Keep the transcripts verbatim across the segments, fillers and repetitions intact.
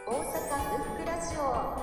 大阪ブックラジオ。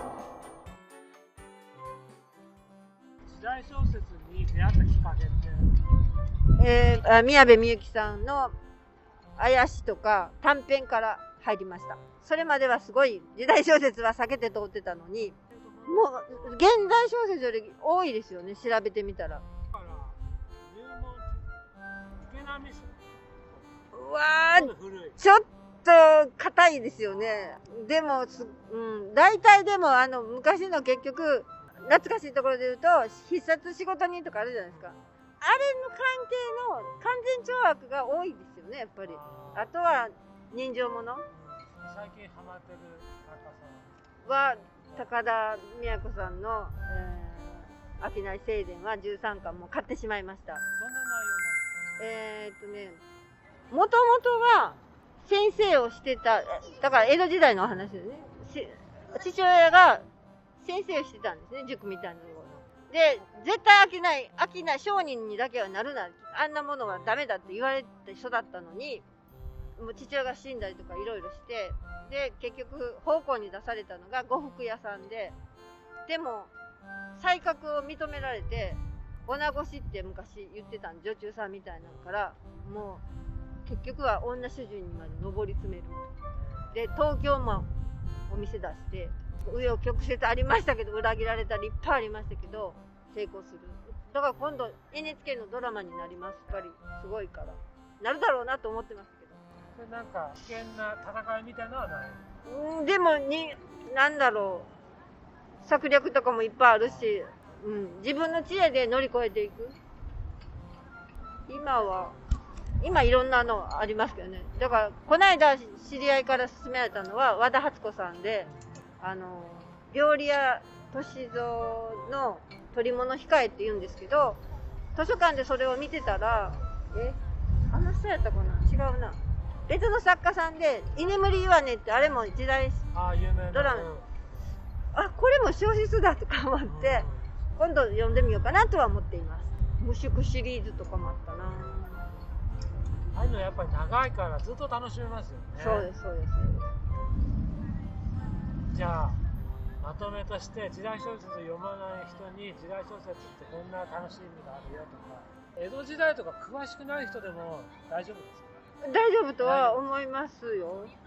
時代小説に出会ったきっかけって、 えー、あ宮部みゆきさんの怪しとか短編から入りました。それまではすごい時代小説は避けて通ってたのに、もう現代小説より多いですよね、調べてみたら。 だから入門池波市うわー、 古い。 ちょっと硬いですよね。でもす、うん、大体でもあの昔の結局懐かしいところで言うと必殺仕事人とかあるじゃないですか。あれの関係の完全懲悪が多いですよね、やっぱり。あとは人情もの最近ハマってる作家さんは高田美子さんの、えー、商い正伝はじゅうさんかんも買ってしまいました。 どんな内えー、っとね、もともとは先生をしてた、だから江戸時代の話ですね。父親が先生をしてたんですね、塾みたいなところで。絶対飽きない、飽きない、商人にだけはなるな、あんなものはダメだって言われて育ったのに、もう父親が死んだりとかいろいろして、で、結局、奉公に出されたのが呉服屋さんで、でも、才覚を認められて、女腰って昔言ってたん、女中さんみたいなのから、もう、結局は女主人にまで上り詰める。で、東京もお店出して、紆余曲折ありましたけど、裏切られたりいっぱいありましたけど、成功する。だから今度 エヌエイチケー のドラマになります。やっぱりすごいから。なるだろうなと思ってますけど。 これなんか危険な戦いみたいなのはない？ うんでもに、なんだろう。策略とかもいっぱいあるし、うん、自分の知恵で乗り越えていく。今は、今いろんなのありますけどね。だから、この間知り合いから勧められたのは和田初子さんで、あの、料理屋歳三の取り物控えって言うんですけど、図書館でそれを見てたら、え、あの人やったかな？違うな。別の作家さんで、居眠り岩根ってあれも時代ああ、有名なドラマ、 うんあ、これも小説だとか思って、今度読んでみようかなとは思っています。無宿シリーズとかもあったな。 ああいうのやっぱり長いからずっと楽しめますよね。 そうです、そうです。 じゃあまとめとして、時代小説読まない人に時代小説ってこんな楽しみがあるよとか、江戸時代とか詳しくない人でも大丈夫ですか？ 大丈夫とは思いますよ。うん。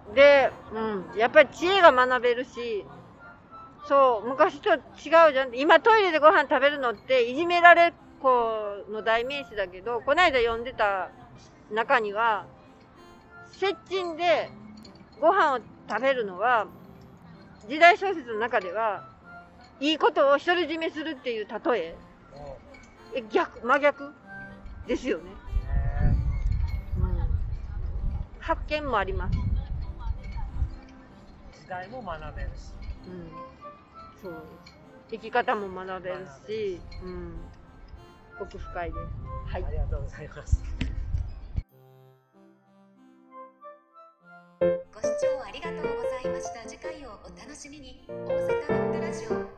で、うん。やっぱり知恵が学べるし、そう、昔と違うじゃん。今トイレでご飯食べるのっていじめられっ子の代名詞だけど、この間読んでた中には、接近でご飯を食べるのは、時代小説の中では、いいことを独り占めするっていう例え、え逆、真逆ですよね。うん、発見もあります。 時代も学べるし、 うん、そうです。生き方も学べるし、うん、奥深いです。はい。 ありがとうございます。 ご視聴ありがとうございました。次回をお楽しみに。大阪ブックラジオ。